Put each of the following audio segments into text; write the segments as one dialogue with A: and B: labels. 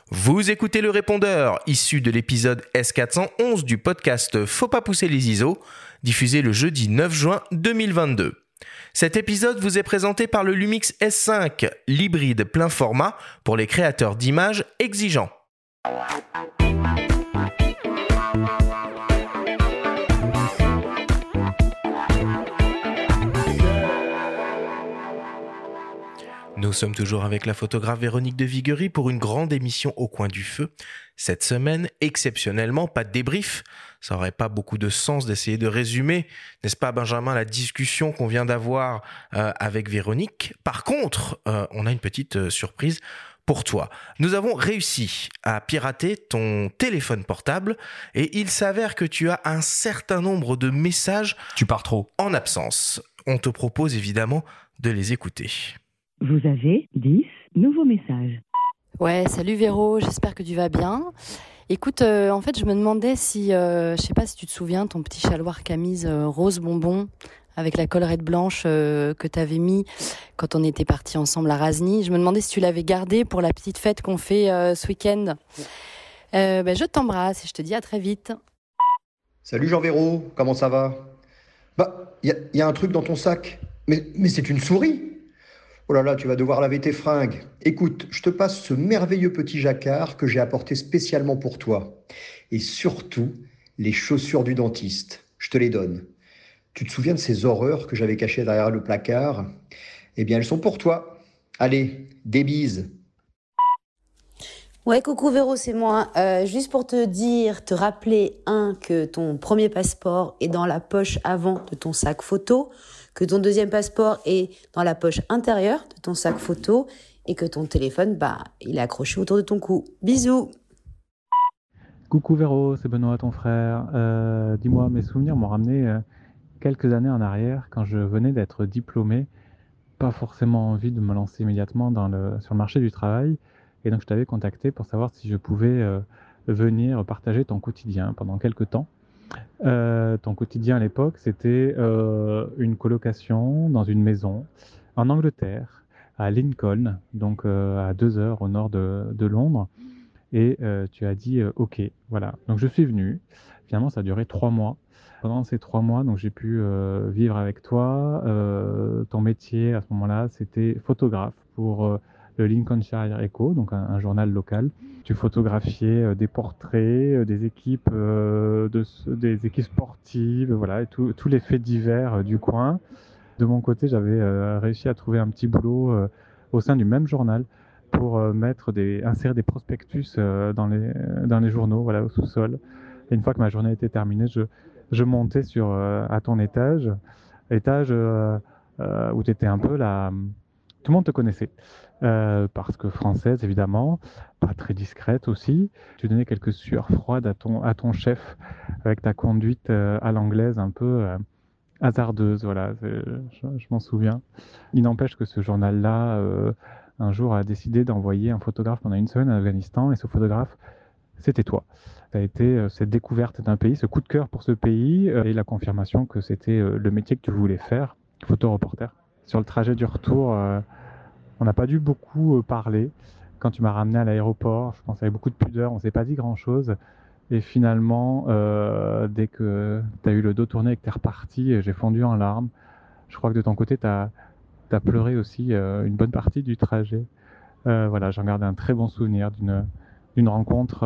A: Vous écoutez le répondeur, issu de l'épisode S411 du podcast Faut pas pousser les ISO, diffusé le jeudi 9 juin 2022. Cet épisode vous est présenté par le Lumix S5, l'hybride plein format pour les créateurs d'images exigeants. Nous sommes toujours avec la photographe Véronique de Viguerie pour une grande émission au coin du feu. Cette semaine, exceptionnellement, pas de débrief. Ça n'aurait pas beaucoup de sens d'essayer de résumer, n'est-ce pas Benjamin, la discussion qu'on vient d'avoir avec Véronique. Par contre, on a une petite surprise pour toi. Nous avons réussi à pirater ton téléphone portable et il s'avère que tu as un certain nombre de messages
B: Tu pars trop.
A: en absence. On te propose évidemment de les écouter.
C: Vous avez 10 nouveaux messages.
D: Ouais, salut Véro, j'espère que tu vas bien. Écoute, en fait, je me demandais si, je sais pas si tu te souviens, ton petit chaloir camise rose bonbon avec la collerette blanche que t'avais mis quand on était partis ensemble à Razny. Je me demandais si tu l'avais gardé pour la petite fête qu'on fait ce week-end. Je t'embrasse et je te dis à très vite.
E: Salut Jean-Véro, comment ça va? Y a un truc dans ton sac. Mais c'est une souris! Oh là là, tu vas devoir laver tes fringues. Écoute, je te passe ce merveilleux petit jacquard que j'ai apporté spécialement pour toi. Et surtout, les chaussures du dentiste. Je te les donne. Tu te souviens de ces horreurs que j'avais cachées derrière le placard? Eh bien, elles sont pour toi. Allez, des bises.
F: Ouais, coucou Véro, c'est moi. Juste pour te rappeler, que ton premier passeport est dans la poche avant de ton sac photo, que ton deuxième passeport est dans la poche intérieure de ton sac photo et que ton téléphone, il est accroché autour de ton cou. Bisous!
G: Coucou Véro, c'est Benoît, ton frère. Dis-moi, mes souvenirs m'ont ramené quelques années en arrière quand je venais d'être diplômé. Pas forcément envie de me lancer immédiatement sur le marché du travail. Et donc je t'avais contacté pour savoir si je pouvais venir partager ton quotidien pendant quelques temps. Ton quotidien à l'époque, c'était une colocation dans une maison en Angleterre, à Lincoln, donc à 2 heures au nord de Londres. Et tu as dit OK, voilà. Donc je suis venu. Finalement, ça a duré 3 mois. Pendant ces 3 mois, donc j'ai pu vivre avec toi. Ton métier à ce moment-là, c'était photographe pour le Lincolnshire Echo, donc un journal local. Tu photographiais des portraits, des équipes, des équipes sportives, voilà, et tous les faits divers du coin. De mon côté, j'avais réussi à trouver un petit boulot au sein du même journal pour insérer des prospectus dans les journaux, voilà, au sous-sol. Et une fois que ma journée était terminée, je montais à ton étage où tu étais un peu là. Tout le monde te connaissait. Parce que française, évidemment, pas très discrète aussi. Tu donnais quelques sueurs froides à ton chef avec ta conduite à l'anglaise un peu hasardeuse. Voilà, je m'en souviens. Il n'empêche que ce journal-là, un jour, a décidé d'envoyer un photographe pendant une semaine en Afghanistan, et ce photographe, c'était toi. Ça a été cette découverte d'un pays, ce coup de cœur pour ce pays, et la confirmation que c'était le métier que tu voulais faire, photoreporter. Sur le trajet du retour, on n'a pas dû beaucoup parler. Quand tu m'as ramené à l'aéroport, je pense avec beaucoup de pudeur, on ne s'est pas dit grand-chose. Et finalement, dès que tu as eu le dos tourné et que tu es reparti, j'ai fondu en larmes. Je crois que de ton côté, tu as pleuré aussi une bonne partie du trajet. Voilà, j'en garde un très bon souvenir d'une rencontre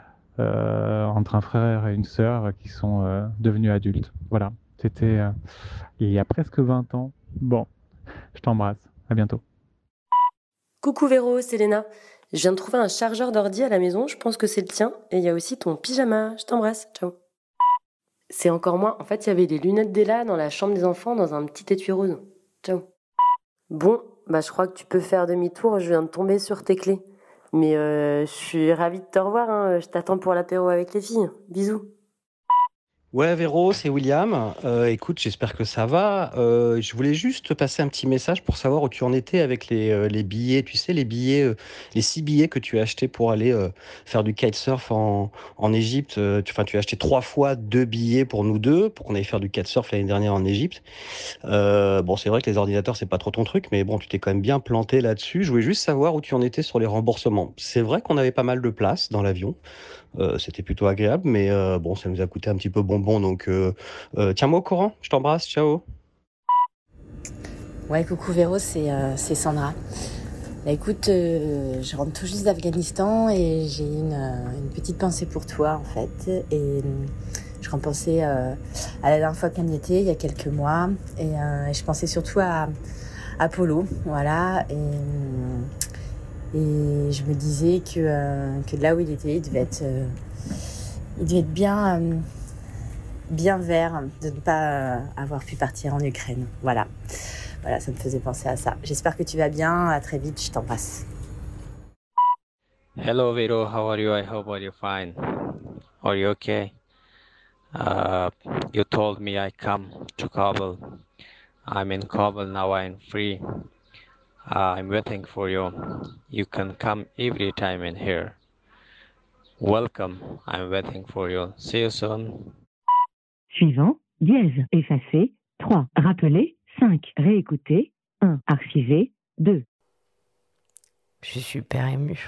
G: entre un frère et une sœur qui sont devenus adultes. Voilà, c'était il y a presque 20 ans. Bon, je t'embrasse. À bientôt.
H: Coucou Véro, c'est Léna. Je viens de trouver un chargeur d'ordi à la maison, je pense que c'est le tien. Et il y a aussi ton pyjama. Je t'embrasse, ciao. C'est encore moi. En fait, il y avait les lunettes d'Ella dans la chambre des enfants dans un petit étui rose. Ciao. Bon, je crois que tu peux faire demi-tour, je viens de tomber sur tes clés. Mais je suis ravie de te revoir, hein. Je t'attends pour l'apéro avec les filles. Bisous.
B: Ouais, Véro, c'est William. Écoute, j'espère que ça va. Je voulais juste te passer un petit message pour savoir où tu en étais avec les billets. Tu sais, les billets, les 6 billets que tu as achetés pour aller faire du kitesurf en Égypte. Tu as acheté 3 fois 2 billets pour nous deux, pour qu'on aille faire du kitesurf l'année dernière en Égypte. Bon, c'est vrai que les ordinateurs, c'est pas trop ton truc, mais bon, tu t'es quand même bien planté là-dessus. Je voulais juste savoir où tu en étais sur les remboursements. C'est vrai qu'on avait pas mal de place dans l'avion. C'était plutôt agréable, mais bon, ça nous a coûté un petit peu bonbon. Donc, tiens-moi au courant. Je t'embrasse. Ciao.
F: Ouais, coucou Véro, c'est Sandra. Bah, écoute, je rentre tout juste d'Afghanistan et j'ai une petite pensée pour toi en fait. Et je repensais à la dernière fois qu'on y était, il y a quelques mois. Et je pensais surtout à Polo, voilà. Et je me disais que là où il était, il devait être bien vert de ne pas avoir pu partir en Ukraine. Voilà, ça me faisait penser à ça. J'espère que tu vas bien. À très vite, je t'embrasse.
I: Hello, Vito. How are you? I hope you're fine. Are you okay? You told me I come to Kabul. I'm in Kabul now. I'm free. I'm waiting for you. You can come every time in here. Welcome. I'm waiting for you. See you soon.
C: Suivant, dièse, effacer, 3, rappeler, 5, réécouter, 1, archiver, 2.
F: Je suis super émue.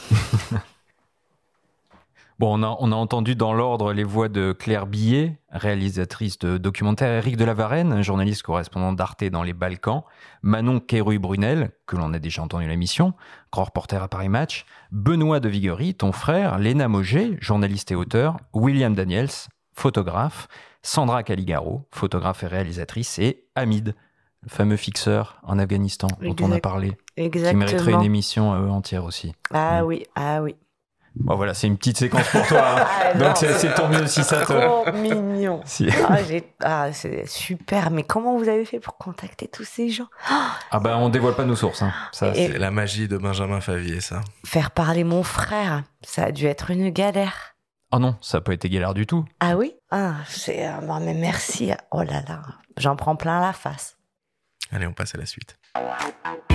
J: Bon, on a entendu dans l'ordre les voix de Claire Billet, réalisatrice de documentaires, Éric de la Varenne, journaliste correspondant d'Arte dans les Balkans, Manon Kérouy-Brunel, que l'on a déjà entendu à l'émission, grand reporter à Paris Match, Benoît de Viguerie, ton frère, Léna Moget, journaliste et auteur, William Daniels, photographe, Sandra Caligaro, photographe et réalisatrice, et Hamid, le fameux fixeur en Afghanistan dont on a parlé,
F: Exactement.
J: qui mériterait une émission entière aussi.
F: Ah oui.
J: Bon voilà, c'est une petite séquence pour toi. Hein. Donc c'est tant mieux si ça te...
F: Trop mignon.
J: Si.
F: C'est super. Mais comment vous avez fait pour contacter tous ces gens?
J: Ah ben on dévoile pas nos sources. Hein. Ça,
A: C'est la magie de Benjamin Favier, ça.
F: Faire parler mon frère, ça a dû être une galère.
J: Oh non, ça n'a pas été galère du tout.
F: Ah oui? Bon, mais merci. Oh là là, j'en prends plein la face.
A: Allez, on passe à la suite.